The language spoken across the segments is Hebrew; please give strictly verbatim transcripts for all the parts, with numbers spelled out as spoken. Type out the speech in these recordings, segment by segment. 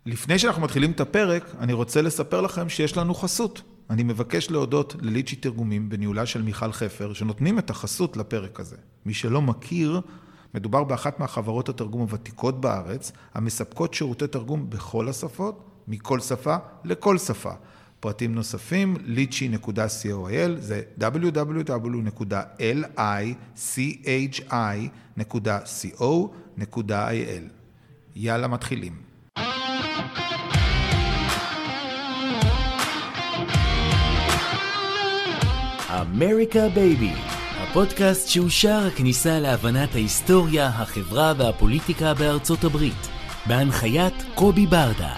לפני שאנחנו מתחילים את הפרק, אני רוצה לספר לכם שיש לנו חסות. אני מבקש להודות לליצ'י תרגומים בניהולה של מיכל חפר, שנותנים את החסות לפרק הזה. מי שלא מכיר, מדובר באחת מהחברות התרגום הוותיקות בארץ, המספקות שירותי תרגום בכל השפות, מכל שפה לכל שפה. פרטים נוספים, ליצ'י נקודה קול, זה דאבליו דאבליו דאבליו נקודה ליצ'י נקודה קו נקודה איי אל. יאללה, מתחילים. אמריקה בייבי, הפודקאסט שהוא שער הכניסה להבנת ההיסטוריה, החברה והפוליטיקה בארצות הברית, בהנחיית קובי ברדה.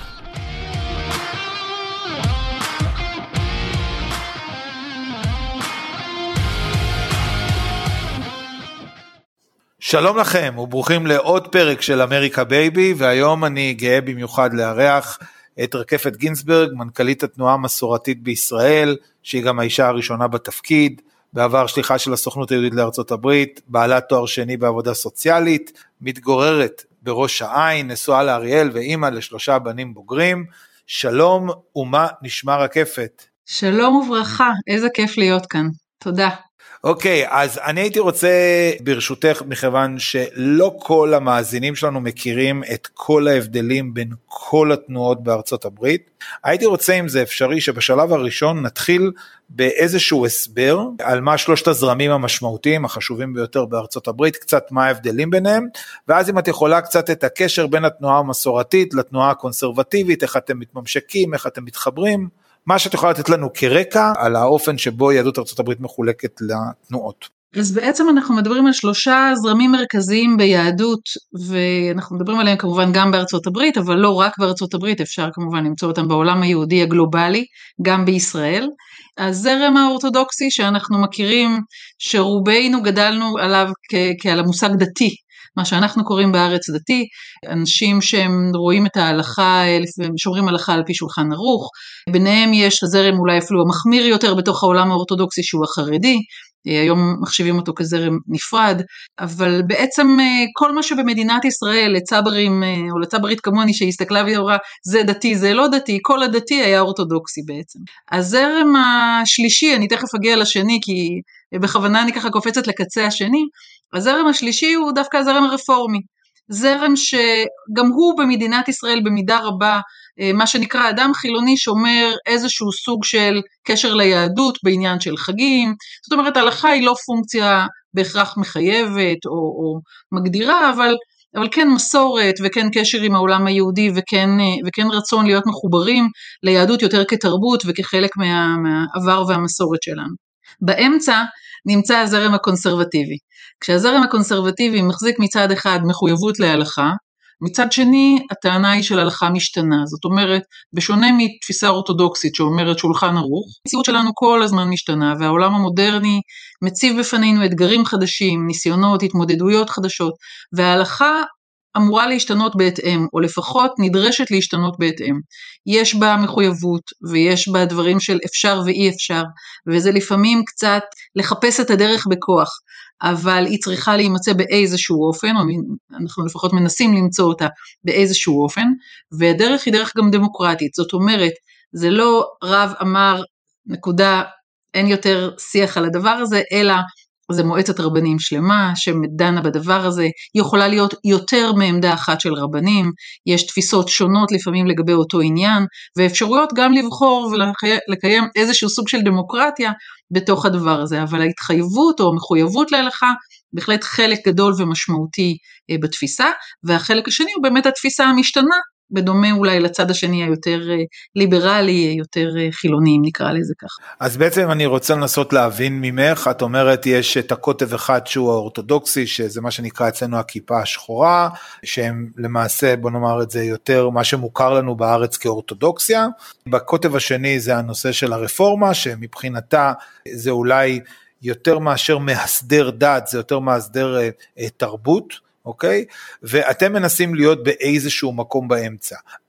שלום לכם וברוכים לעוד פרק של אמריקה בייבי, והיום אני גאה במיוחד לארח את רקפת גינסברג, מנכ"לית התנועה המסורתית בישראל, שהיא גם האישה הראשונה בתפקיד, בעבר שליחה של הסוכנות היהודית לארצות הברית, בעלת תואר שני בעבודה סוציאלית, מתגוררת בראש העין, נשואה לאריאל ואימא לשלושה בנים בוגרים. שלום, ומה נשמע רקפת? שלום וברכה, איזה כיף להיות כאן, תודה. אוקיי, אז אני הייתי רוצה ברשותך, מכיוון שלא כל המאזינים שלנו מכירים את כל ההבדלים בין כל התנועות בארצות הברית, הייתי רוצה אם זה אפשרי שבשלב הראשון נתחיל באיזשהו הסבר על מה שלושת הזרמים המשמעותיים החשובים ביותר בארצות הברית, קצת מה ההבדלים ביניהם, ואז אם את יכולה קצת את הקשר בין התנועה המסורתית לתנועה הקונסרבטיבית, איך אתם מתממשקים, איך אתם מתחברים, מה שאת יכולה לתת לנו כרקע על האופן שבו יהדות ארצות הברית מחולקת לתנועות. אז בעצם אנחנו מדברים על שלושה זרמים מרכזיים ביהדות, ואנחנו מדברים עליהם כמובן גם בארצות הברית, אבל לא רק בארצות הברית, אפשר כמובן למצוא אותם בעולם היהודי הגלובלי, גם בישראל. הזרם האורתודוקסי שאנחנו מכירים, שרובנו גדלנו עליו כ- כעל המושג דתי, מה שאנחנו קוראים בארץ דתי, אנשים שהם רואים את ההלכה, שומרים הלכה על פי שולחן ערוך, ביניהם יש הזרם אולי אפילו המחמיר יותר בתוך העולם האורתודוקסי שהוא החרדי, היום מחשיבים אותו כזרם נפרד, אבל בעצם כל מה שבמדינת ישראל, לצברים או לצברית כמוני שהסתכלה ואמרה, זה דתי, זה לא דתי, כל הדתי היה אורתודוקסי בעצם. הזרם השלישי, אני תכף אגיע לשני, כי בכוונה אני ככה קופצת לקצה השני, הזרם השלישי הוא דווקא הזרם הרפורמי, זרם שגם הוא במדינת ישראל במידה רבה, מה שנקרא אדם חילוני שומר איזשהו סוג של קשר ליהדות בעניין של חגים, זאת אומרת ההלכה היא לא פונקציה בהכרח מחייבת או, או מגדירה, אבל, אבל כן מסורת וכן קשר עם העולם היהודי וכן, וכן רצון להיות מחוברים ליהדות יותר כתרבות וכחלק מה, מהעבר והמסורת שלנו. באמצע נמצא הזרם הקונסרבטיבי, כשהזרם הקונסרבטיבי מחזיק מצד אחד מחויבות להלכה, מצד שני הטענה היא של הלכה משתנה, זאת אומרת בשונה מתפיסה אורתודוקסית שאומרת שולחן ערוך, המציאות שלנו כל הזמן משתנה והעולם המודרני מציב בפנינו אתגרים חדשים, ניסיונות, התמודדויות חדשות, וההלכה אמורה להשתנות בהתאם, או לפחות נדרשת להשתנות בהתאם. יש בה מחויבות, ויש בה דברים של אפשר ואי אפשר, וזה לפעמים קצת לחפש את הדרך בכוח, אבל היא צריכה להימצא באיזשהו אופן, או אנחנו לפחות מנסים למצוא אותה באיזשהו אופן, והדרך היא דרך גם דמוקרטית, זאת אומרת, זה לא רב אמר נקודה, אין יותר שיח על הדבר הזה, אלא זה מועצת רבנים שלמה שמדנה בדבר הזה, היא יכולה להיות יותר מעמדה אחת של רבנים, יש תפיסות שונות לפעמים לגבי אותו עניין, ואפשרויות גם לבחור ולקיים איזשהו סוג של דמוקרטיה בתוך הדבר הזה, אבל ההתחייבות או המחויבות להלכה, בהחלט חלק גדול ומשמעותי בתפיסה, והחלק השני הוא באמת התפיסה המשתנה, בדומה אולי לצד השני היותר ליברלי, יותר חילוני, אם נקרא לזה ככה. אז בעצם אני רוצה לנסות להבין ממך, את אומרת יש את הכותב אחד שהוא האורתודוקסי, שזה מה שנקרא אצלנו הכיפה השחורה, שהם למעשה, בוא נאמר את זה יותר, מה שמוכר לנו בארץ כאורתודוקסיה, בכותב השני זה הנושא של הרפורמה, שמבחינתה זה אולי יותר מאשר מהסדר דת, זה יותר מהסדר תרבות, אוקיי? ואתם מנסים להיות באיזשהו מקום באמצע.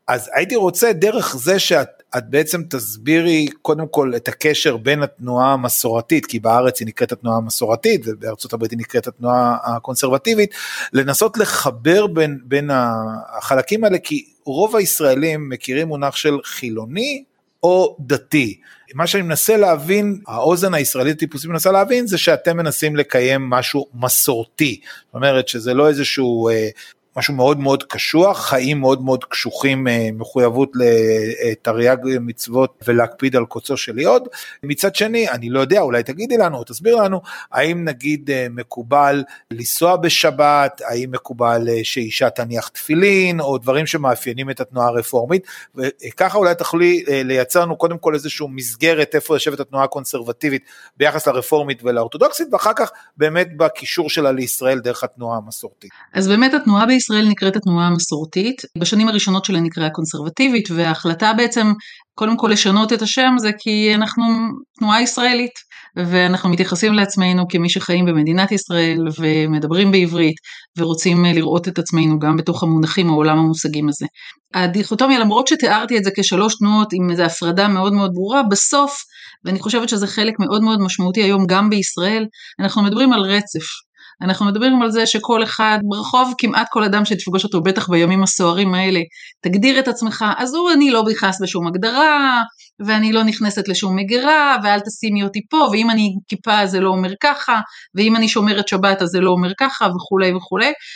אז הייתי רוצה דרך זה שאת את בעצם תסבירי קודם כל את הקשר בין התנועה המסורתית, כי בארץ היא נקראת התנועה המסורתית, ובארצות הברית היא נקראת התנועה הקונסרבטיבית, לנסות לחבר בין, בין החלקים האלה, כי רוב הישראלים מכירים מונח של חילוני או דתי. מה שאני מנסה להבין, האוזן הישראלית הטיפוסית מנסה להבין, זה שאתם מנסים לקיים משהו מסורתי, זאת אומרת שזה לא איזשהו משהו מאוד מאוד קשוח, חיים מאוד מאוד קשוחים, מחויבות לתרי"ג מצוות ולהקפיד על קוצו של יוד. מצד שני, אני לא יודע, אולי תגידי לנו או תסביר לנו, האם נגיד מקובל לנסוע בשבת, האם מקובל שאישה תניח תפילין, או דברים שמאפיינים את התנועה הרפורמית, וככה אולי תוכלי לייצר לנו קודם כל איזשהו מסגרת, איפה יושבת התנועה הקונסרבטיבית ביחס לרפורמית ולאורתודוקסית, ואחר כך באמת בקישור שלה לישראל דרך התנועה המסורתית. אז באמת התנועה בישראל נקראת התנועה המסורתית, בשנים הראשונות שלה נקראה קונסרבטיבית, וההחלטה בעצם קודם כל לשנות את השם זה כי אנחנו תנועה ישראלית, ואנחנו מתייחסים לעצמנו כמי שחיים במדינת ישראל ומדברים בעברית, ורוצים לראות את עצמנו גם בתוך המונחים, העולם המושגים הזה. הדיכוטומיה, למרות שתיארתי את זה כשלוש תנועות עם איזו הפרדה מאוד מאוד ברורה, בסוף, ואני חושבת שזה חלק מאוד מאוד משמעותי היום גם בישראל, אנחנו מדברים על רצף. אנחנו מדברים על זה שכל אחד ברחוב, כמעט כל אדם שתפגוש אותו, בטח בימים הסוערים האלה, תגדיר את עצמך, אז הוא אני לא ביחס בשום הגדרה, ואני לא נכנסת לשום מגירה, ואל תשימי אותי פה, ואם אני כיפה זה לא אומר ככה, ואם אני שומרת שבת אז זה לא אומר ככה, וכו' וכו',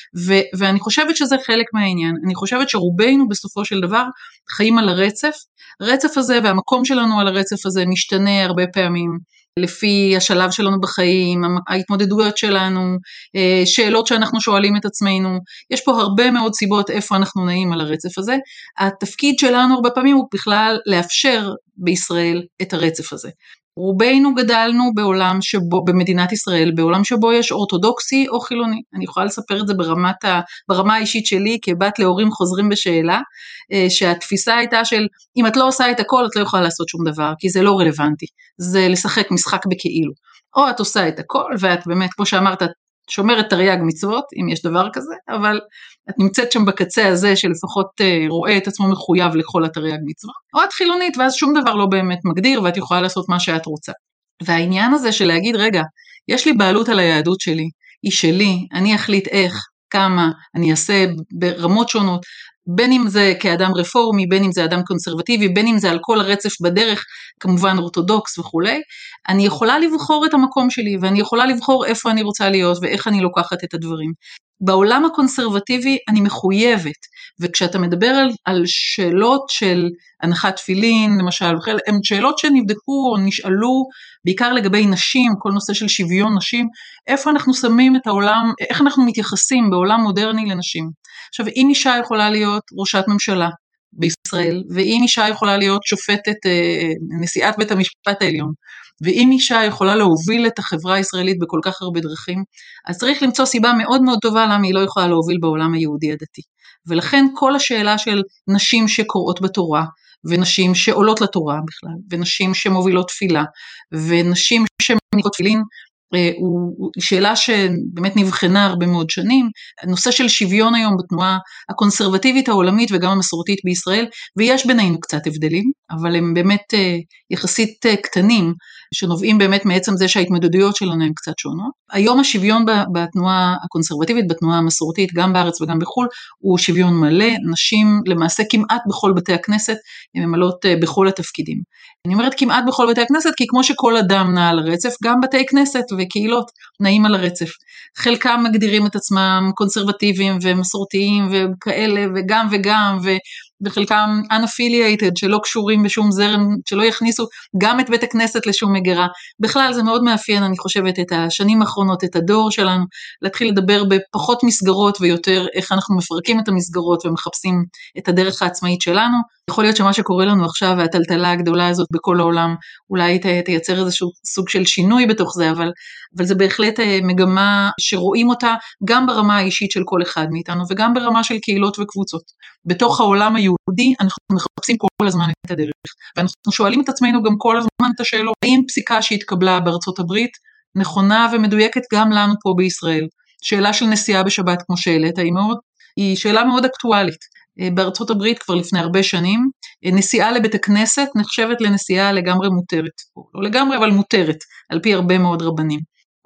ו- ואני חושבת שזה חלק מהעניין, אני חושבת שרובנו בסופו של דבר חיים על הרצף, הרצף הזה והמקום שלנו על הרצף הזה משתנה הרבה פעמים, לפי השלב שלנו בחיים, ההתמודדויות שלנו, שאלות שאנחנו שואלים את עצמנו, יש פה הרבה מאוד סיבות איפה אנחנו נעים על הרצף הזה, התפקיד שלנו הרבה פעמים הוא בכלל לאפשר בישראל את הרצף הזה. רובנו גדלנו בעולם שבו, במדינת ישראל, בעולם שבו יש אורתודוקסי או חילוני, אני יכולה לספר את זה ברמת ה, ברמה האישית שלי, כבת להורים חוזרים בשאלה, שהתפיסה הייתה של, אם את לא עושה את הכל, את לא יכולה לעשות שום דבר, כי זה לא רלוונטי, זה לשחק משחק בכאילו, או את עושה את הכל, ואת באמת, כמו שאמרת, שומרת תרי"ג מצוות, אם יש דבר כזה, אבל את נמצאת שם בקצה הזה, שלפחות רואה את עצמו מחויב לכל התרי"ג מצוות, או את חילונית, ואז שום דבר לא באמת מגדיר, ואת יכולה לעשות מה שאת רוצה. והעניין הזה של להגיד, רגע, יש לי בעלות על היהדות שלי, היא שלי, אני אחליט איך, כמה, אני אעשה ברמות שונות, בין אם זה כאדם רפורמי, בין אם זה אדם קונסרבטיבי, בין אם זה על כל הרצף בדרך, כמובן אורתודוקס וכו', אני יכולה לבחור את המקום שלי, ואני יכולה לבחור איפה אני רוצה להיות, ואיך אני לוקחת את הדברים. בעולם הקונסרבטיבי אני מחויבת, וכשאתה מדבר על, על שאלות של הנחת תפילין, למשל, הן שאלות שנבדקו או נשאלו, בעיקר לגבי נשים, כל נושא של שוויון נשים, איפה אנחנו שמים את העולם, איך אנחנו מתייחסים בעולם מודרני לנשים. עכשיו, אם אישה יכולה להיות ראשת ממשלה בישראל, ואם אישה יכולה להיות שופטת, נשיאת בית המשפט העליון, ואם אישה יכולה להוביל את החברה הישראלית בכל כך הרבה דרכים, אז צריך למצוא סיבה מאוד מאוד טובה למה היא לא יכולה להוביל בעולם היהודי הדתי. ולכן כל השאלה של נשים שקוראות בתורה, ונשים שעולות לתורה בכלל, ונשים שמובילות תפילה, ונשים שמניקות תפילין, הוא שאלה שבאמת נבחנה הרבה מאוד שנים, הנושא של שוויון היום בתנועה הקונסרבטיבית העולמית וגם המסורתית בישראל, ויש בינינו קצת הבדלים, אבל הם באמת יחסית קטנים, שנובעים באמת מעצם זה שההתמודדויות שלנו הן קצת שונות. היום השוויון בתנועה הקונסרבטיבית, בתנועה המסורתית, גם בארץ וגם בחול, הוא שוויון מלא, נשים למעשה כמעט בכל בתי הכנסת, הן ממלאות בכל התפקידים. אני אומרת כמעט בכל בתי הכנסת, כי כמו שכל אדם נע על הרצף, גם בתי כנסת וקהילות נעים על הרצף. חלקם מגדירים את עצמם קונסרבטיביים ומסורתיים וכאלה, וגם וגם, ו... וחלקם unaffiliated, שלא קשורים בשום זרם, שלא יכניסו גם את בית הכנסת לשום מגירה. בכלל זה מאוד מאפיין, אני חושבת, את השנים האחרונות, את הדור שלנו, להתחיל לדבר בפחות מסגרות ויותר איך אנחנו מפרקים את המסגרות ומחפשים את הדרך העצמאית שלנו. יכול להיות שמה שקורה לנו עכשיו, והטלטלה הגדולה הזאת בכל העולם, אולי תייצר איזשהו סוג של שינוי בתוך זה, אבל, אבל זה בהחלט מגמה שרואים אותה גם ברמה האישית של כל אחד מאיתנו, וגם ברמה של קהילות וקבוצות. בתוך העולם היהודי אנחנו מחפשים כל הזמן את הדרך, ואנחנו שואלים את עצמנו גם כל הזמן את השאלות, האם פסיקה שהתקבלה בארצות הברית נכונה ומדויקת גם לנו פה בישראל? שאלה של נסיעה בשבת כמו שאלת, היא, מאוד, היא שאלה מאוד אקטואלית, בארצות הברית כבר לפני הרבה שנים, נסיעה לבית הכנסת נחשבת לנסיעה לגמרי מותרת, לא לגמרי אבל מותרת, על פי הרבה מאוד רבנים.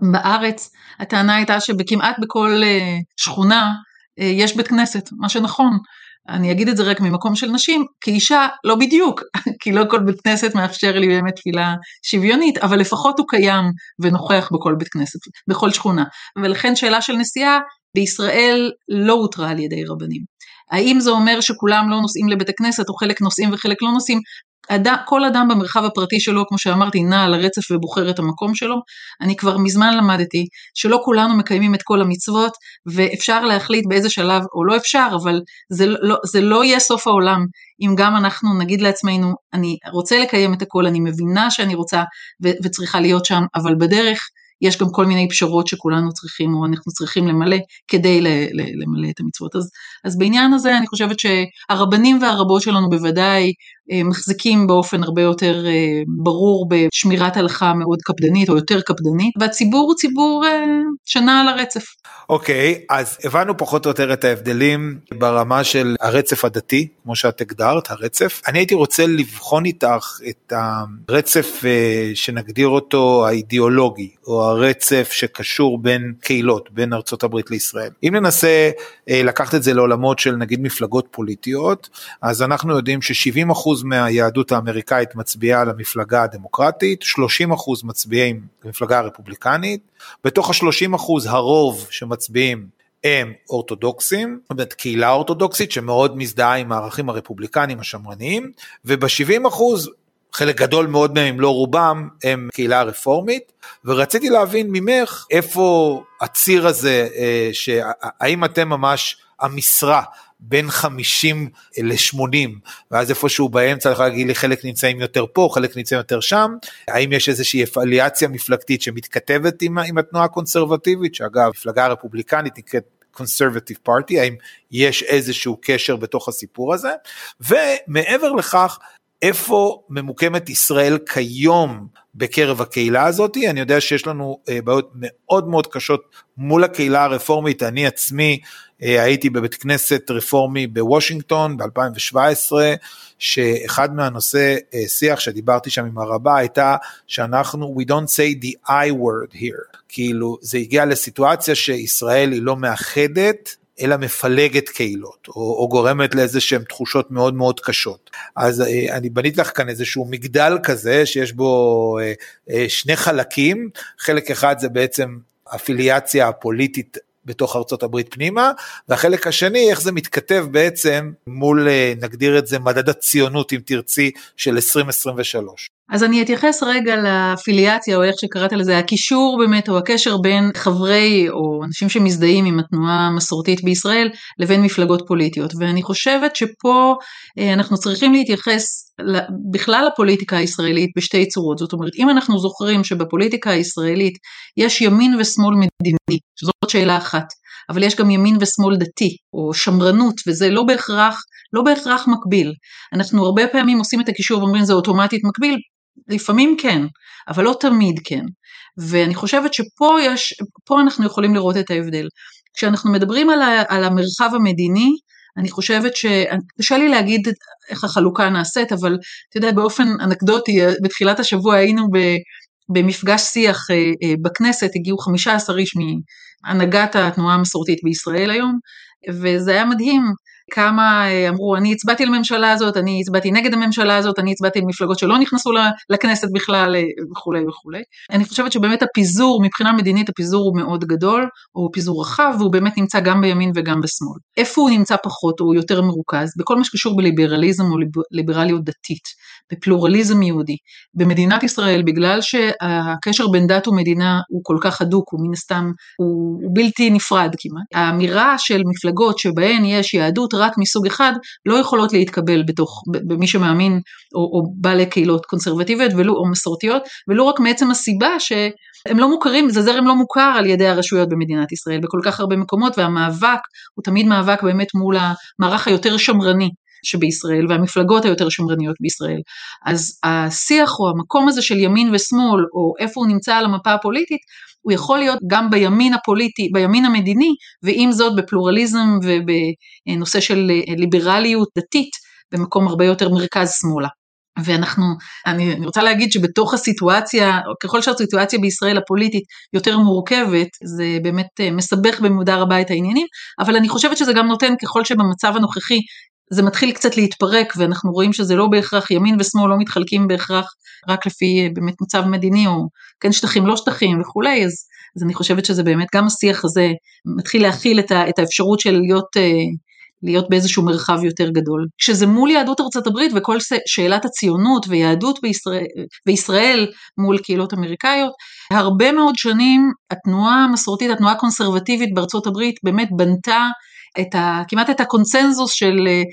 בארץ הטענה הייתה שבכמעט בכל שכונה יש בית כנסת, מה שנכון, אני אגיד את זה רק ממקום של נשים, כאישה לא בדיוק, כי לא כל בית כנסת מאפשר לי באמת תפילה שוויונית, אבל לפחות הוא קיים ונוכח בכל בית כנסת, בכל שכונה, ולכן שאלה של נסיעה בישראל לא הותרה על ידי רבנים. האם זה אומר שכולם לא נוסעים לבית הכנסת, או חלק נוסעים וחלק לא נוסעים? אדם, כל אדם במרחב הפרטי שלו, כמו שאמרתי, נע על הרצף ובוחר את המקום שלו. אני כבר מזמן למדתי שלא כולנו מקיימים את כל המצוות, ואפשר להחליט באיזה שלב, או לא אפשר, אבל זה לא, זה לא יהיה סוף העולם, אם גם אנחנו נגיד לעצמנו, אני רוצה לקיים את הכל, אני מבינה שאני רוצה ו- וצריכה להיות שם, אבל בדרך יש גם כל מיני פשרות שכולנו צריכים, או אנחנו צריכים למלא, כדי ל- ל- למלא את המצוות. אז, אז בעניין הזה אני חושבת שהרבנים והרבות שלנו בוודאי, מחזיקים באופן הרבה יותר ברור בשמירת הלכה מאוד קפדנית או יותר קפדנית, והציבור הוא ציבור שנה על הרצף. אוקיי, okay, אז הבנו פחות או יותר את ההבדלים ברמה של הרצף הדתי, כמו שאת הגדרת, הרצף. אני הייתי רוצה לבחון איתך את הרצף שנגדיר אותו האידיאולוגי, או הרצף שקשור בין קהילות, בין ארצות הברית לישראל. אם ננסה לקחת את זה לעולמות של נגיד מפלגות פוליטיות, אז אנחנו יודעים ש-שבעים אחוז מהיהדות האמריקאית מצביעה על המפלגה הדמוקרטית, שלושים אחוז מצביעים למפלגה הרפובליקנית, בתוך ה-שלושים אחוז הרוב שמצביעים הם אורתודוקסים, זאת אומרת קהילה אורתודוקסית שמאוד מזדהה עם הערכים הרפובליקניים השמרניים, וב-שבעים אחוז חלק גדול מאוד מהם, אם לא רובם, הם קהילה רפורמית, ורציתי להבין ממך איפה הציר הזה, שהאם אתם ממש המשרה, בין חמישים ל-שמונים, ואז איפשהו באמצע, אני להגיד לי, חלק נמצאים יותר פה, חלק נמצאים יותר שם, האם יש איזושהי אפליאציה מפלגתית שמתכתבת עם, עם התנועה הקונסרבטיבית, שאגב, המפלגה הרפובליקנית נקראת Conservative Party, האם יש איזשהו קשר בתוך הסיפור הזה, ומעבר לכך, איפה ממוקמת ישראל כיום בקרב הקהילה הזאת? אני יודע שיש לנו בעיות מאוד מאוד קשות מול הקהילה הרפורמית, אני עצמי הייתי בבית כנסת רפורמי בוושינגטון ב-אלפיים שבע עשרה, שאחד מהנושא שיח שדיברתי שם עם הרבה הייתה שאנחנו, we don't say the I word here, כאילו זה הגיע לסיטואציה שישראל היא לא מאחדת, אלא מפלגת קהילות, או, או גורמת לאיזה שהן תחושות מאוד מאוד קשות. אז אני בנית לך כאן איזשהו מגדל כזה, שיש בו אה, אה, שני חלקים, חלק אחד זה בעצם אפיליאציה הפוליטית בתוך ארצות הברית פנימה, והחלק השני, איך זה מתכתב בעצם מול, נגדיר את זה, מדד הציונות, אם תרצי, של עשרים עשרים ושלוש. אז אני אתייחס רגע לאפיליאציה, או איך שקראת לזה, הקישור באמת, או הקשר בין חברי, או אנשים שמזדהים עם התנועה המסורתית בישראל, לבין מפלגות פוליטיות, ואני חושבת שפה אנחנו צריכים להתייחס בכלל לפוליטיקה הישראלית בשתי צורות, זאת אומרת, אם אנחנו זוכרים שבפוליטיקה הישראלית יש ימין ושמאל מדיני, זאת שאלה אחת, אבל יש גם ימין ושמאל דתי, או שמרנות, וזה לא בהכרח, לא בהכרח מקביל. אנחנו הרבה פעמים עושים את הקישור ואומרים זה אוטומטית מקביל, לפעמים כן, אבל לא תמיד כן. ואני חושבת שפה יש, פה אנחנו יכולים לראות את ההבדל. כשאנחנו מדברים על, ה, על המרחב המדיני, אני חושבת שקשה לי להגיד איך החלוקה נעשית, אבל אתה יודע, באופן אנקדוטי, בתחילת השבוע היינו במפגש שיח בכנסת, הגיעו חמישה עשר איש מהנהגת התנועה המסורתית בישראל היום, וזה היה מדהים, כמה אמרו, אני הצבעתי לממשלה הזאת, אני הצבעתי נגד הממשלה הזאת, אני הצבעתי למפלגות שלא נכנסו לכנסת בכלל, וכו' וכו'. אני חושבת שבאמת הפיזור, מבחינה מדינית הפיזור הוא מאוד גדול, הוא פיזור רחב, והוא באמת נמצא גם בימין וגם בשמאל. איפה הוא נמצא פחות, הוא יותר מרוכז, בכל מה שקשור בליברליזם או ליברליות דתית, בפלורליזם יהודי. במדינת ישראל, בגלל שהקשר בין דת ומדינה הוא כל כך הדוק, הוא מן הסתם, הוא בלתי נפרד כמעט. האמירה של מפלגות שבהן יש יהדות רק מסוג אחד, לא יכולות להתקבל בתוך, במי שמאמין, או, או בעלי קהילות קונסרבטיביות, ולא, או מסורתיות, ולא רק מעצם הסיבה שהם לא מוכרים, זה זרם לא מוכר על ידי הרשויות במדינת ישראל, בכל כך הרבה מקומות, והמאבק הוא תמיד מאבק באמת מול המערך היותר שמרני, שבישראל, והמפלגות היותר שמרניות בישראל. אז השיח או המקום הזה של ימין ושמאל, או איפה הוא נמצא על המפה הפוליטית, הוא יכול להיות גם בימין הפוליטי, בימין המדיני, ועם זאת בפלורליזם ובנושא של ליברליות דתית, במקום הרבה יותר מרכז שמאלה. ואנחנו, אני, אני רוצה להגיד שבתוך הסיטואציה, ככל שהסיטואציה בישראל הפוליטית יותר מורכבת, זה באמת מסבך במודע רבה את העניינים, אבל אני חושבת שזה גם נותן, ככל שבמצב הנוכחי, זה מתחיל קצת להתפרק, ואנחנו רואים שזה לא בהכרח, ימין ושמאל לא מתחלקים בהכרח, רק לפי באמת מצב מדיני, או כן שטחים, לא שטחים וכולי, אז, אז אני חושבת שזה באמת, גם השיח הזה, מתחיל להכיל את, ה, את האפשרות של להיות, להיות באיזשהו מרחב יותר גדול. כשזה מול יהדות ארצות הברית, וכל שאלת הציונות ויהדות בישראל, בישראל מול קהילות אמריקאיות, הרבה מאוד שנים, התנועה המסורתית, התנועה הקונסרבטיבית בארצות הברית, באמת בנתה, את ה, כמעט את הקונצנזוס של,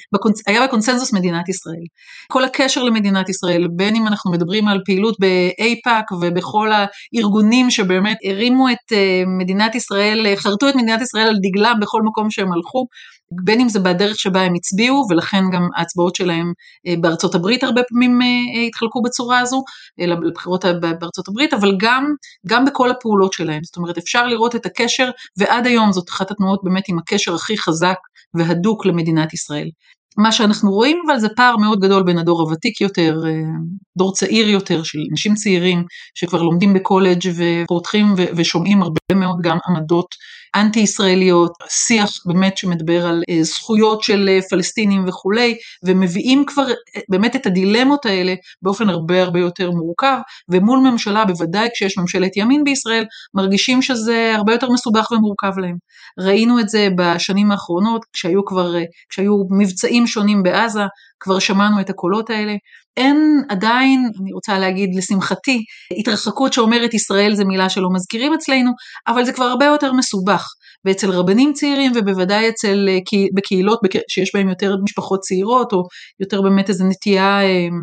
היה בקונצנזוס מדינת ישראל. כל הקשר למדינת ישראל, בין אם אנחנו מדברים על פעילות ב-איפאק ובכל הארגונים שבאמת הרימו את מדינת ישראל, חרטו את מדינת ישראל על דגלם בכל מקום שהם הלכו, בין אם זה בדרך שבה הם הצביעו, ולכן גם ההצבעות שלהם בארצות הברית הרבה פעמים התחלקו בצורה הזו, לבחירות בארצות הברית, אבל גם, גם בכל הפעולות שלהם. זאת אומרת, אפשר לראות את הקשר, ועד היום זאת אחת התנועות באמת עם הקשר הכי חזק והדוק למדינת ישראל. מה שאנחנו רואים, אבל זה פער מאוד גדול בין הדור הוותיק יותר, דור צעיר יותר, של אנשים צעירים שכבר לומדים בקולג' ופותחים ושומעים הרבה מאוד גם עמדות אנטי-ישראליות, שיח באמת שמדבר על זכויות של פלסטינים וכולי, ומביאים כבר באמת את הדילמות האלה באופן הרבה הרבה יותר מורכב, ומול ממשלה, בוודאי כשיש ממשלת ימין בישראל, מרגישים שזה הרבה יותר מסובך ומורכב להם. ראינו את זה בשנים האחרונות, כשהיו כבר, כשהיו מבצעים שונים בעזה, כבר שמענו את הקולות האלה. אין עדיין, אני רוצה להגיד לשמחתי, התרחקות שאומרת ישראל זה מילה שלא מזכירים אצלנו, אבל זה כבר הרבה יותר מסובך, ואצל רבנים צעירים ובוודאי אצל, בקהילות שיש בהם יותר משפחות צעירות, או יותר באמת איזו נטייה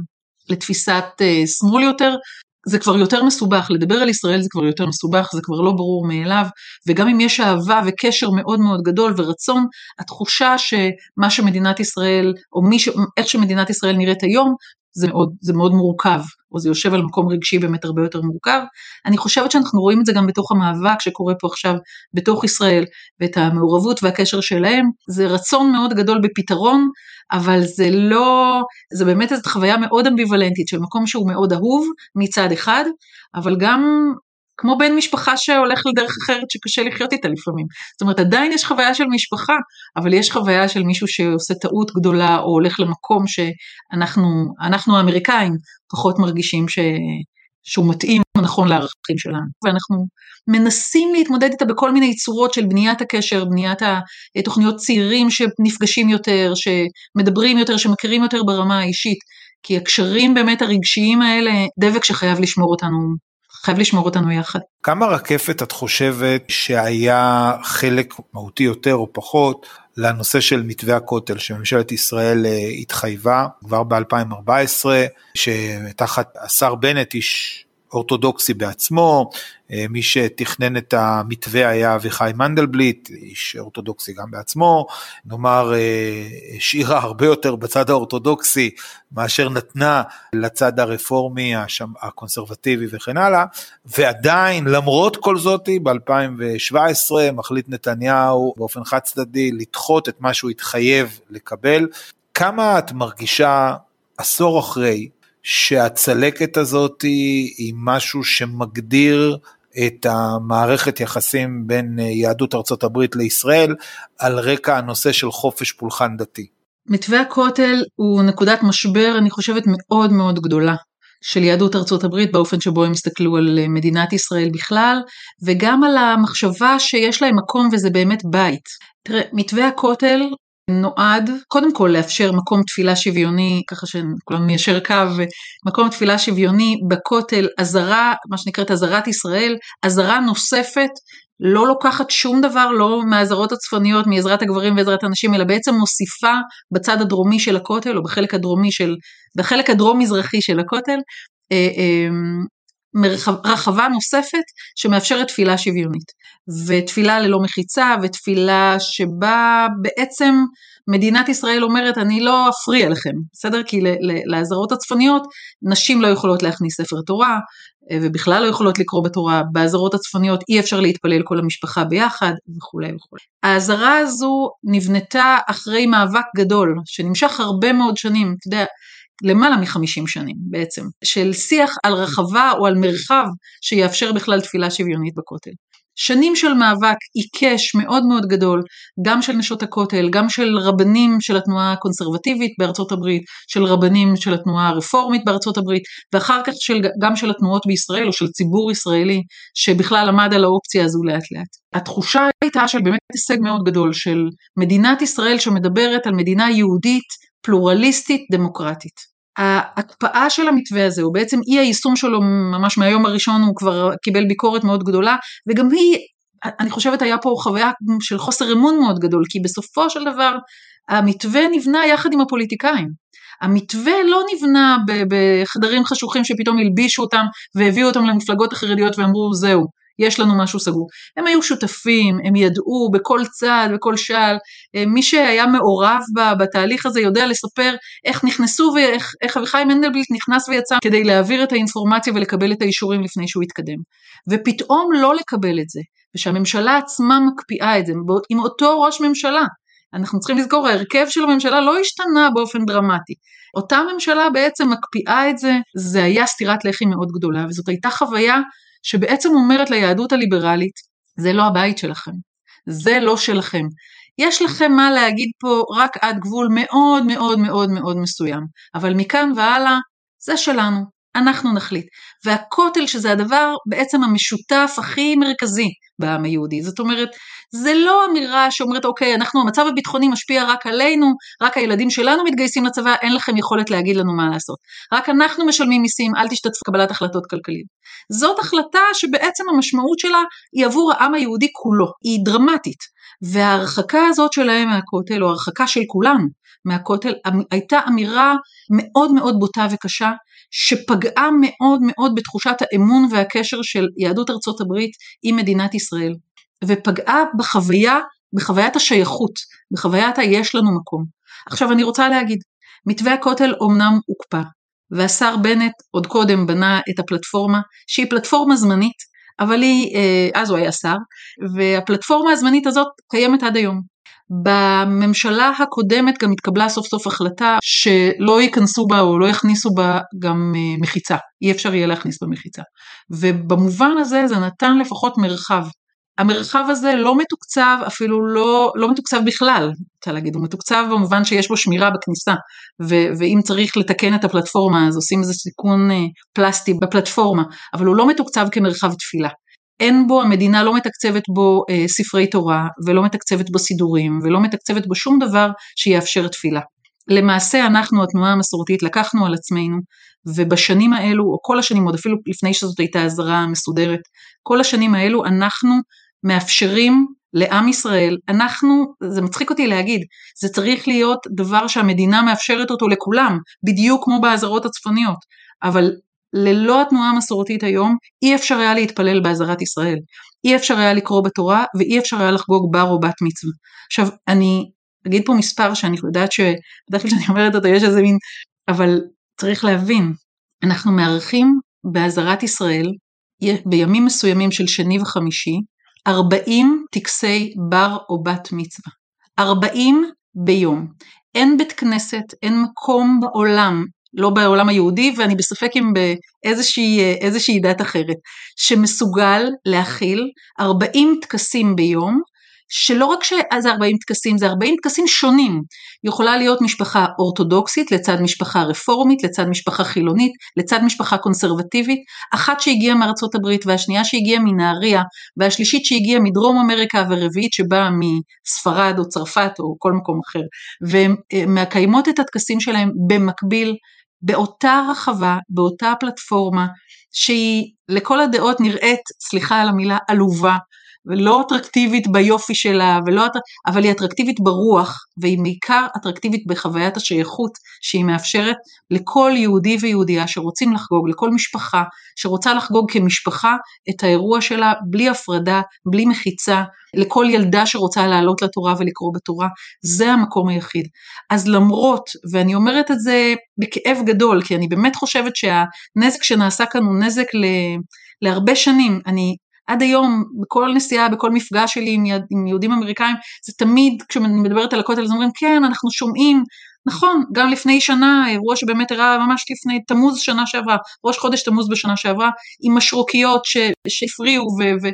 לתפיסת שמאל יותר, זה כבר יותר מסובך, לדבר על ישראל זה כבר יותר מסובך, זה כבר לא ברור מאליו, וגם אם יש אהבה וקשר מאוד מאוד גדול ורצון, התחושה שמה שמדינת ישראל, או מי ש... איך שמדינת ישראל נראית היום, זה מאוד, זה מאוד מורכב, או זה יושב על מקום רגשי באמת הרבה יותר מורכב. אני חושבת שאנחנו רואים את זה גם בתוך המאבק שקורה פה עכשיו בתוך ישראל, ואת המעורבות והקשר שלהם, זה רצון מאוד גדול בפתרון, אבל זה לא, זה באמת איזו חוויה מאוד אמביוולנטית, של מקום שהוא מאוד אהוב מצד אחד, אבל גם כמו בן משפחה שהולך לדרך אחרת שקשה לחיות איתה לפעמים. זאת אומרת, עדיין יש חוויה של משפחה, אבל יש חוויה של מישהו שעושה טעות גדולה, או הולך למקום שאנחנו, אנחנו האמריקאים, פחות מרגישים ש, שהוא מתאים נכון לערכים שלנו. ואנחנו מנסים להתמודד איתה בכל מיני צורות של בניית הקשר, בניית התוכניות צעירים שנפגשים יותר, שמדברים יותר, שמכירים יותר ברמה האישית, כי הקשרים באמת הרגשיים האלה, דבק שחייב לשמור אותנו, חייב לשמור אותנו יחד. כמה רקפת את חושבת שהיה חלק מהותי יותר או פחות לנושא של מתווה הכותל שממשלת ישראל התחייבה כבר ב-אלפיים וארבע עשרה, שתחת השר בנט איש אורתודוקסי בעצמו, מי שתכנן את המתווה היה אביחי מנדלבליט, איש אורתודוקסי גם בעצמו, נאמר השאירה הרבה יותר בצד האורתודוקסי, מאשר נתנה לצד הרפורמי, הקונסרבטיבי וכן הלאה, ועדיין למרות כל זאת, ב-אלפיים שבע עשרה מחליט נתניהו באופן חד צדדי, לדחות את מה שהוא התחייב לקבל. כמה את מרגישה עשור אחרי, שהצלקת הזאת היא משהו שמגדיר את המערכת יחסים בין יהדות ארצות הברית לישראל, על רקע הנושא של חופש פולחן דתי? מתווה הכותל הוא נקודת משבר, אני חושבת מאוד מאוד גדולה, של יהדות ארצות הברית, באופן שבו הם הסתכלו על מדינת ישראל בכלל, וגם על המחשבה שיש להם מקום וזה באמת בית. תראה, מתווה הכותל נועד, קודם כל לאפשר מקום תפילה שוויוני, ככה שכולם מיישר קו, מקום תפילה שוויוני בכותל, עזרה, מה שנקראת עזרת ישראל, עזרה נוספת, לא לוקחת שום דבר, לא מהעזרות הצפוניות, מעזרת הגברים ועזרת הנשים, אלא בעצם מוסיפה בצד הדרומי של הכותל, או בחלק הדרומי של, בחלק הדרום-מזרחי של הכותל, רחבה נוספת שמאפשרת תפילה שוויונית, ותפילה ללא מחיצה, ותפילה שבה בעצם מדינת ישראל אומרת, אני לא אפריע לכם, בסדר? כי לעזרות הצפוניות, נשים לא יכולות להכניס ספר תורה, ובכלל לא יכולות לקרוא בתורה, בעזרות הצפוניות אי אפשר להתפלל כל המשפחה ביחד, וכו' וכו'. העזרה הזו נבנתה אחרי מאבק גדול, שנמשך הרבה מאוד שנים, אתה יודע, למעלה מחמישים שנים בעצם, של שיח על רחבה או על מרחב שיאפשר בכלל תפילה שוויונית בכותל. שנים של מאבק עיקש מאוד מאוד גדול, גם של נשות הכותל, גם של רבנים של התנועה הקונסרבטיבית בארצות הברית, של רבנים של התנועה הרפורמית בארצות הברית, ואחר כך של, גם של התנועות בישראל או של ציבור ישראלי, שבכלל עמד על האופציה הזו לאט לאט. התחושה הייתה של באמת הישג מאוד גדול, של מדינת ישראל שמדברת על מדינה יהודית, פלורליסטית, דמוקרטית. ההקפאה של המתווה הזה, או בעצם אי היישום שלו ממש מהיום הראשון, הוא כבר קיבל ביקורת מאוד גדולה, וגם היא, אני חושבת, היה פה חוויה של חוסר אמון מאוד גדול, כי בסופו של דבר, המתווה נבנה יחד עם הפוליטיקאים. המתווה לא נבנה בחדרים חשוכים שפתאום הלבישו אותם, והביאו אותם למפלגות החרדיות ואמרו, זהו, יש לנו משהו סגור. הם היו שותפים, הם ידעו בכל צעד, בכל שעל, מי שהיה מעורב בתהליך הזה יודע לספר איך נכנסו ואיך איך אביחי מנדלבליט נכנס ויצא כדי להעביר את האינפורמציה ולקבל את האישורים לפני שהוא יתקדם. ופתאום לא לקבל את זה, ושהממשלה עצמה מקפיאה את זה, עם אותו ראש ממשלה. אנחנו צריכים לזכור, ההרכב של הממשלה לא השתנה באופן דרמטי. אותה ממשלה בעצם מקפיאה את זה, זה היה סתירת לחי מאוד גדולה, וזאת הייתה חוויה שבעצם אומרת ליהדות הליברלית, זה לא הבית שלכם, זה לא שלכם. יש לכם מה להגיד פה רק עד גבול מאוד מאוד מאוד מאוד מסוים, אבל מכאן והלאה זה שלנו, אנחנו נחליט. והכותל שזה הדבר בעצם המשותף הכי מרכזי בעם היהודי, זאת אומרת, זה לא אמירה שאומרת, אוקיי, אנחנו, המצב הביטחוני משפיע רק עלינו, רק הילדים שלנו מתגייסים לצבא, אין לכם יכולת להגיד לנו מה לעשות. רק אנחנו משלמים מיסים, אל תשתתפו קבלת החלטות כלכליות. זאת החלטה שבעצם המשמעות שלה היא עבור העם היהודי כולו, היא דרמטית. וההרחקה הזאת שלהם מהכותל, או ההרחקה של כולנו מהכותל, הייתה אמירה מאוד מאוד בוטה וקשה, שפגעה מאוד מאוד בתחושת האמון והקשר של יהדות ארצות הברית עם מדינת ישראל. ופגעה בחוויה, בחוויית השייכות, בחוויית היש לנו מקום. עכשיו אני רוצה להגיד, מתווה הכותל אומנם הוקפא, והשר בנט עוד קודם בנה את הפלטפורמה, שהיא פלטפורמה זמנית, אבל היא, אז הוא היה שר, והפלטפורמה הזמנית הזאת קיימת עד היום. בממשלה הקודמת גם התקבלה סוף סוף החלטה שלא ייכנסו בה או לא יכניסו בה גם מחיצה, אי אפשר יהיה להכניס במחיצה. ובמובן הזה זה נתן לפחות מרחב. המרחב הזה לא מתוקצב, אפילו לא, לא מתוקצב בכלל, רוצה להגיד, הוא מתוקצב במובן שיש בו שמירה בכניסה, ו- ואם צריך לתקן את הפלטפורמה, אז עושים איזה סיכון אה, פלסטי בפלטפורמה, אבל הוא לא מתוקצב כמרחב תפילה. אין בו, המדינה לא מתקצבת בו אה, ספרי תורה, ולא מתקצבת בו סידורים, ולא מתקצבת בו שום דבר שיאפשר תפילה. למעשה אנחנו, התנועה המסורתית, לקחנו על עצמנו, ובשנים האלו, או כל השנים, עוד אפילו לפני שזאת הייתה עזרה מסודרת, כל השנים האלו אנחנו מאפשרים לעם ישראל, אנחנו, זה מצחיק אותי להגיד, זה צריך להיות דבר שהמדינה מאפשרת אותו לכולם, בדיוק כמו בעזרות הצפוניות, אבל ללא התנועה המסורתית היום, אי אפשר היה להתפלל בעזרת ישראל, אי אפשר היה לקרוא בתורה, ואי אפשר היה לחגוג בר או בת מצווה. עכשיו, אני אגיד פה מספר שאני יודעת שבדרך כלל שאני אומרת אותו, יש איזה מין, אבל צריך להבין, אנחנו מארחים בעזרת ישראל, בימים מסוימים של שני וחמישי, ארבעים טקסי בר או בת מצווה. ארבעים ביום. אין בית כנסת, אין מקום בעולם, לא בעולם היהודי, ואני בספק אם באיזושהי איזושהי דת אחרת, שמסוגל להכיל ארבעים טקסים ביום, שלא רק שזה ארבעים טקסים, זה ארבעים טקסים שונים. יכולה להיות משפחה אורתודוקסית, לצד משפחה רפורמית, לצד משפחה חילונית, לצד משפחה קונסרבטיבית, אחת שהגיעה מארצות הברית, והשנייה שהגיעה מנהריה, והשלישית שהגיעה מדרום אמריקה, והרביעית שבאה מספרד או צרפת או כל מקום אחר. ומקיימות את הטקסים שלהם במקביל, באותה רחבה, באותה פלטפורמה, שהיא לכל הדעות נראית, סליחה על המילה, עלובה, ולא אטרקטיבית ביופי שלה, ולא, אבל היא אטרקטיבית ברוח, והיא בעיקר אטרקטיבית בחוויית השייכות, שהיא מאפשרת לכל יהודי ויהודייה שרוצים לחגוג, לכל משפחה שרוצה לחגוג כמשפחה את האירוע שלה, בלי הפרדה, בלי מחיצה, לכל ילדה שרוצה לעלות לתורה ולקרוא בתורה, זה המקום היחיד. אז למרות, ואני אומרת את זה בכאב גדול, כי אני באמת חושבת שהנזק שנעשה כאן הוא נזק ל, להרבה שנים, אני עד היום, בכל נסיעה, בכל מפגש שלי עם, עם יהודים אמריקאים, זה תמיד, כשאני מדברת על הכותל, אז אומרים, כן, אנחנו שומעים, נכון, גם לפני שנה, אירוע שבאמת הראה ממש לפני תמוז שנה שעברה, ראש חודש תמוז בשנה שעברה, עם משרוקיות שהפריעו,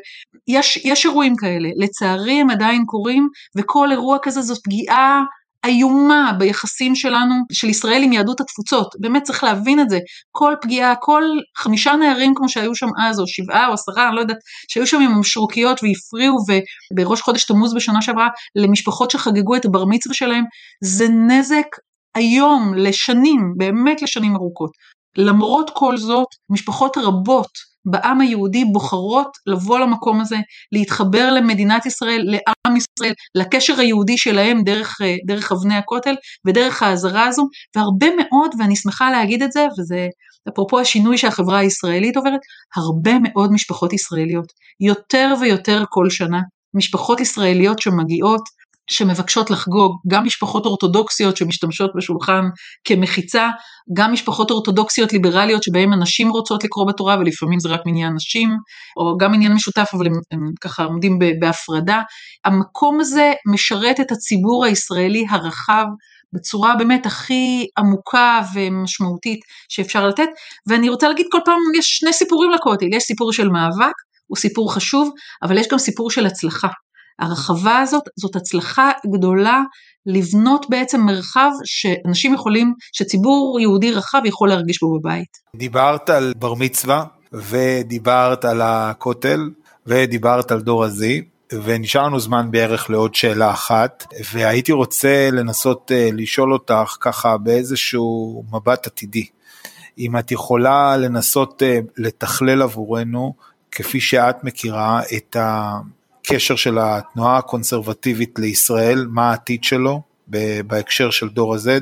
ויש יש אירועים כאלה, לצערי הם עדיין קורים, וכל אירוע כזה זאת פגיעה איומה ביחסים שלנו, של ישראל עם יהדות התפוצות, באמת צריך להבין את זה, כל פגיעה, כל חמישה נערים כמו שהיו שם אז, או שבעה או עשרה, אני לא יודעת, שהיו שם עם המשרוקיות והפריעו, ובראש חודש תמוז בשנה שעברה, למשפחות שחגגו את הבר מצווה שלהם, זה נזק היום, לשנים, באמת לשנים ארוכות. למרות כל זאת, משפחות רבות, בעם היהודי בוחרות לבוא למקום הזה, להתחבר למדינת ישראל, לעם ישראל, לקשר היהודי שלהם דרך, דרך אבני הכותל ודרך העזרה הזו, והרבה מאוד, ואני שמחה להגיד את זה, וזה אפרופו השינוי שהחברה הישראלית עוברת, הרבה מאוד משפחות ישראליות, יותר ויותר כל שנה, משפחות ישראליות שמגיעות, שמבקשות לחגוג, גם משפחות אורתודוקסיות שמשתמשות בשולחן כמחיצה, גם משפחות אורתודוקסיות ליברליות שבהן הנשים רוצות לקרוא בתורה, ולפעמים זה רק מניין נשים, או גם עניין משותף, אבל הם, הם ככה עומדים בהפרדה. המקום הזה משרת את הציבור הישראלי הרחב, בצורה באמת הכי עמוקה ומשמעותית שאפשר לתת, ואני רוצה להגיד כל פעם, יש שני סיפורים לכותל, יש סיפור של מאבק, הוא סיפור חשוב, אבל יש גם סיפור של הצלחה. הרחבה הזאת, זאת הצלחה גדולה לבנות בעצם מרחב שאנשים יכולים, שציבור יהודי רחב יכול להרגיש בו בבית. דיברת על בר מצווה, ודיברת על הכותל, ודיברת על דור הזי, ונשאר לנו זמן בערך לעוד שאלה אחת, והייתי רוצה לנסות לשאול אותך ככה באיזשהו מבט עתידי, אם את יכולה לנסות לתכלל עבורנו, כפי שאת מכירה את ה... קשר של התנועה הקונסרבטיבית לישראל, מה העתיד שלו בהקשר של דור הזד,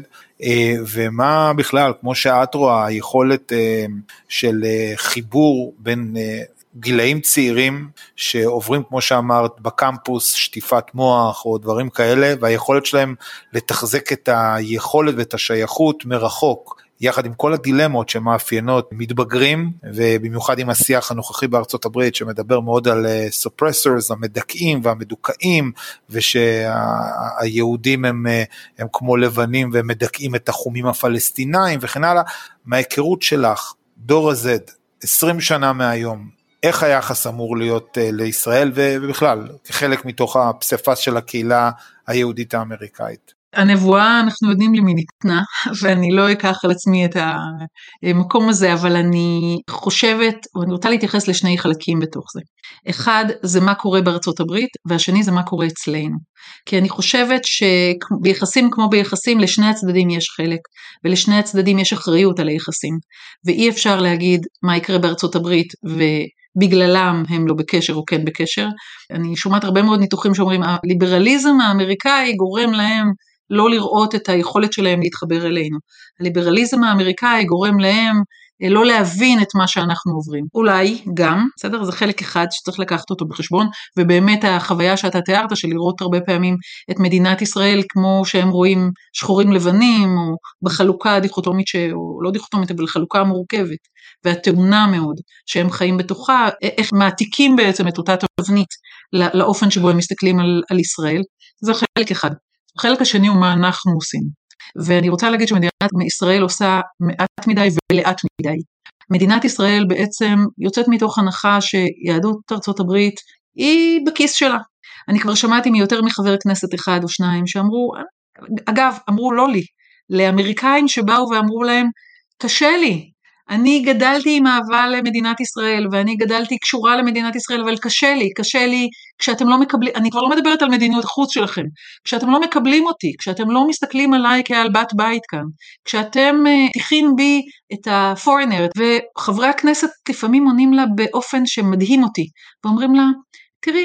ומה בכלל, כמו שאת רואה, היכולת של חיבור בין גילאים צעירים שעוברים, כמו שאמרת, בקמפוס, שטיפת מוח או דברים כאלה, והיכולת שלהם לתחזק את היכולת ואת השייכות מרחוק, יחד עם כל הדילמות שמאפיינות מתבגרים, ובמיוחד עם השיח הנוכחי בארצות הברית, שמדבר מאוד על סופרסורס, המדכאים והמדוכאים, ושהיהודים הם, הם כמו לבנים, והם מדכאים את החומים הפלסטינאים, וכן הלאה. מההיכרות שלך, דור הזד, עשרים שנה מהיום, איך היחס אמור להיות לישראל, ובכלל, כחלק מתוך הפסיפס של הקהילה היהודית האמריקאית? הנבואה, אנחנו יודעים למי ניתנה, ואני לא אקח על עצמי את המקום הזה, אבל אני חושבת, ואני רוצה להתייחס לשני חלקים בתוך זה. אחד, זה מה קורה בארצות הברית, והשני זה מה קורה אצלנו. כי אני חושבת שביחסים כמו ביחסים, לשני הצדדים יש חלק, ולשני הצדדים יש אחריות על היחסים, ואי אפשר להגיד מה יקרה בארצות הברית, ובגללם הם לא בקשר או כן בקשר. אני שומעת הרבה מאוד ניתוחים שאומרים, הליברליזם האמריקאי גורם להם, לא לראות את היכולת שלהם להתחבר אלינו. הליברליזם האמריקאי גורם להם לא להבין את מה שאנחנו עוברים. אולי גם, בסדר? זה חלק אחד שצריך לקחת אותו בחשבון, ובאמת החוויה שאתה תיארת של לראות הרבה פעמים את מדינת ישראל כמו שהם רואים שחורים לבנים, או בחלוקה דיכוטומית, ש... או לא דיכוטומית, אבל חלוקה מורכבת, והתאונה מאוד, שהם חיים בתוכה, איך מעתיקים בעצם את אותה תבנית לאופן שבו הם מסתכלים על, על ישראל. זה חלק אחד. החלק השני הוא מה אנחנו עושים, ואני רוצה להגיד שמדינת ישראל עושה מעט מדי ולאט מדי. מדינת ישראל בעצם יוצאת מתוך הנחה שיהדות ארצות הברית היא בכיס שלה. אני כבר שמעתי מיותר מחבר כנסת אחד או שניים שאמרו, אגב, אמרו לא לי, לאמריקאים שבאו ואמרו להם, קשה לי, אני גדלתי עם אהבה למדינת ישראל, ואני גדלתי קשורה למדינת ישראל, אבל קשה לי, קשה לי, כשאתם לא מקבלים, אני כבר לא מדברת על מדיניות חוץ שלכם, כשאתם לא מקבלים אותי, כשאתם לא מסתכלים עליי כעל בת בית כאן, כשאתם uh, תכין בי את הפורנר, וחברי הכנסת לפעמים עונים לה באופן שמדהים אותי, ואומרים לה, תראי,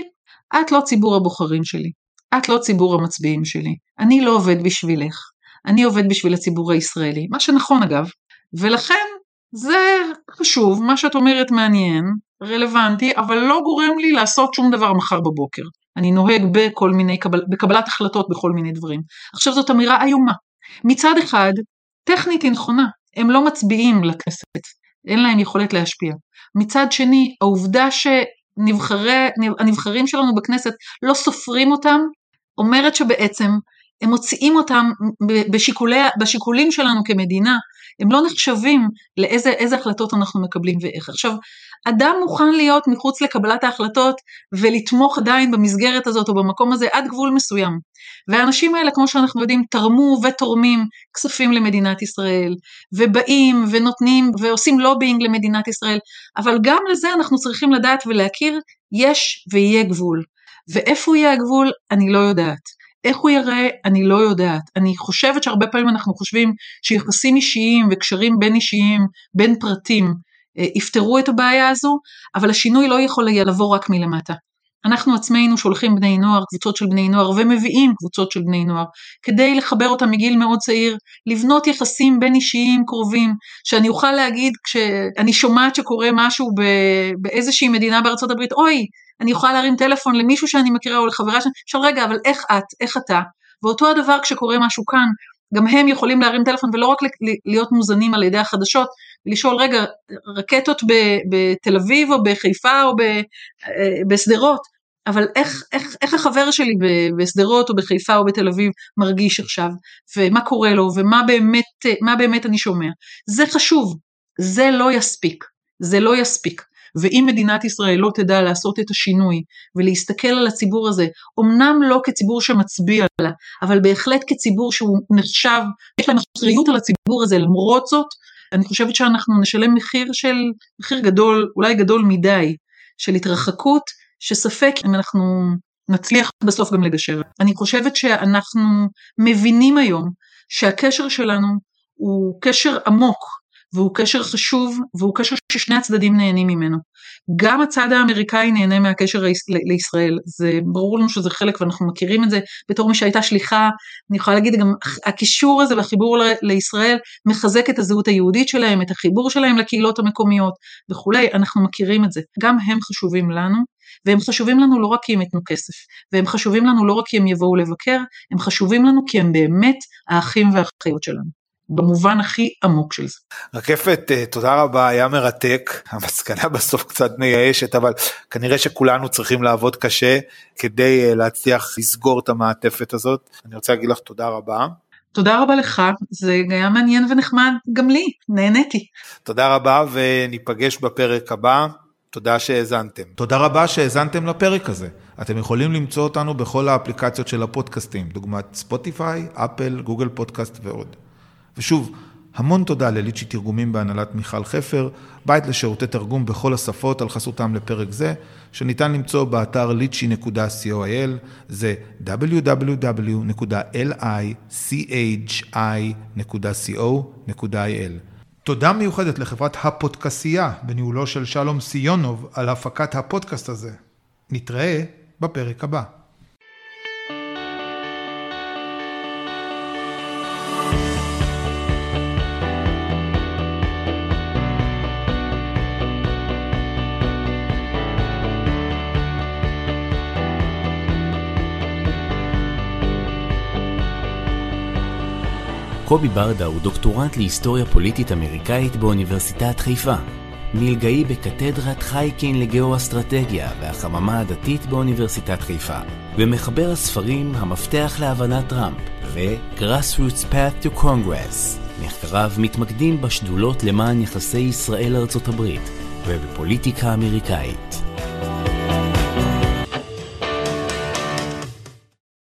את לא ציבור הבוחרים שלי, את לא ציבור המצביעים שלי, אני לא עובד בשבילך, אני עובד בשביל הציבור הישראלי, מה שנכון אגב, ולכן זה חשוב, מה שאת אומרת מעניין, רלוונטי, אבל לא גורם לי לעשות שום דבר מחר בבוקר. אני נוהג בכל מיני, בקבלת החלטות בכל מיני דברים. עכשיו זאת אמירה איומה. מצד אחד, טכנית היא נכונה, הם לא מצביעים לכנסת, אין להם יכולת להשפיע. מצד שני, העובדה שהנבחרים שלנו בכנסת לא סופרים אותם, אומרת שבעצם הם מוציאים אותם בשיקולי, בשיקולים שלנו כמדינה, הם לא נחשבים לאיזה איזה החלטות אנחנו מקבלים ואיך. עכשיו, אדם מוכן להיות מחוץ לקבלת ההחלטות ולתמוך עדיין במסגרת הזאת או במקום הזה עד גבול מסוים. והאנשים האלה, כמו שאנחנו יודעים, תרמו ותורמים כספים למדינת ישראל, ובאים ונותנים ועושים לובינג למדינת ישראל, אבל גם לזה אנחנו צריכים לדעת ולהכיר, יש ויהיה גבול. ואיפה יהיה הגבול, אני לא יודעת. איך הוא יראה, אני לא יודעת. אני חושבת שהרבה פעמים אנחנו חושבים שיחסים אישיים וקשרים בין אישיים, בין פרטים, יפתרו את הבעיה הזו, אבל השינוי לא יכול לבוא רק מלמטה. אנחנו עצמנו שולחים בני נוער, קבוצות של בני נוער, ומביאים קבוצות של בני נוער, כדי לחבר אותם מגיל מאוד צעיר, לבנות יחסים בין אישיים קרובים, שאני אוכל להגיד, כשאני שומעת שקורה משהו באיזושהי מדינה בארצות הברית, אוי, אני אוכל להרים טלפון למישהו שאני מכירה, או לחברה שאני, עכשיו רגע, אבל איך את, איך אתה? ואותו הדבר כשקורה משהו כאן, גם הם יכולים להרים טלפון, ולא רק להיות מוזנים על ידי החדשות, ולשאול, רגע, רקטות בתל אביב, או בחיפה, או בסדרות, אבל איך, איך, איך החבר שלי בסדרות, או בחיפה, או בתל אביב, מרגיש עכשיו, ומה קורה לו, ומה באמת, מה באמת אני שומע. זה חשוב, זה לא יספיק, זה לא יספיק. ואם מדינת ישראל לא תדע לעשות את השינוי, ולהסתכל על הציבור הזה, אמנם לא כציבור שמצביע לה, אבל בהחלט כציבור שהוא נחשב, יש להם אחריות על הציבור הזה, למרות זאת, אני חושבת שאנחנו נשלם מחיר של, מחיר גדול, אולי גדול מדי, של התרחקות, שספק אם אנחנו נצליח בסוף גם לגשר. אני חושבת שאנחנו מבינים היום, שהקשר שלנו הוא קשר עמוק, והוא קשר חשוב, והוא קשר ששני הצדדים נהנים ממנו. גם הצד האמריקאי נהנה מהקשר לישראל, זה ברור לנו שזה חלק, ואנחנו מכירים את זה, בתור מי שהייתה שליחה, אני יכולה להגיד גם, הקישור הזה והחיבור לישראל, מחזק את הזהות היהודית שלהם, את החיבור שלהם לקהילות המקומיות, וכולי, אנחנו מכירים את זה. גם הם חשובים לנו, והם חשובים לנו לא רק כי הם יתנו כסף, והם חשובים לנו לא רק כי הם יבואו לבקר, הם חשובים לנו כי הם באמת האחים והאחיות שלנו. במובן הכי עמוק של זה. רקפת, תודה רבה, היה מרתק, המסקנה בסוף קצת מייאשת, אבל כנראה שכולנו צריכים לעבוד קשה, כדי להצליח לסגור את המעטפת הזאת. אני רוצה להגיד לך תודה רבה. תודה רבה לך, זה היה מעניין ונחמד גם לי, נהניתי. תודה רבה וניפגש בפרק הבא, תודה שהאזנתם. תודה רבה שהאזנתם לפרק הזה. אתם יכולים למצוא אותנו בכל האפליקציות של הפודקאסטים, דוגמת ספוטיפיי, אפל, גוגל פודקאסט ועוד. ושוב, המון תודה לליצ'י תרגומים בהנהלת מיכל חפר, בית לשירותי תרגום בכל השפות על חסותם לפרק זה, שניתן למצוא באתר ליצ'י נקודה קו איי אל, זה דאבליו דאבליו דאבליו נקודה ליצ'י נקודה קו נקודה איי אל. תודה מיוחדת לחברת הפודקאסייה, בניהולו של שלום סיונוב, על הפקת הפודקאסט הזה. נתראה בפרק הבא. קובי ברדה הוא דוקטורנט להיסטוריה פוליטית אמריקאית באוניברסיטת חיפה. מלגאי בקתדרת חייקין לגאו-אסטרטגיה והחממה הדתית באוניברסיטת חיפה. ומחבר הספרים המפתח להבנת טראמפ ו-Grassroots Path to Congress. מחקריו מתמקדים בשדולות למען יחסי ישראל ארצות הברית ובפוליטיקה אמריקאית.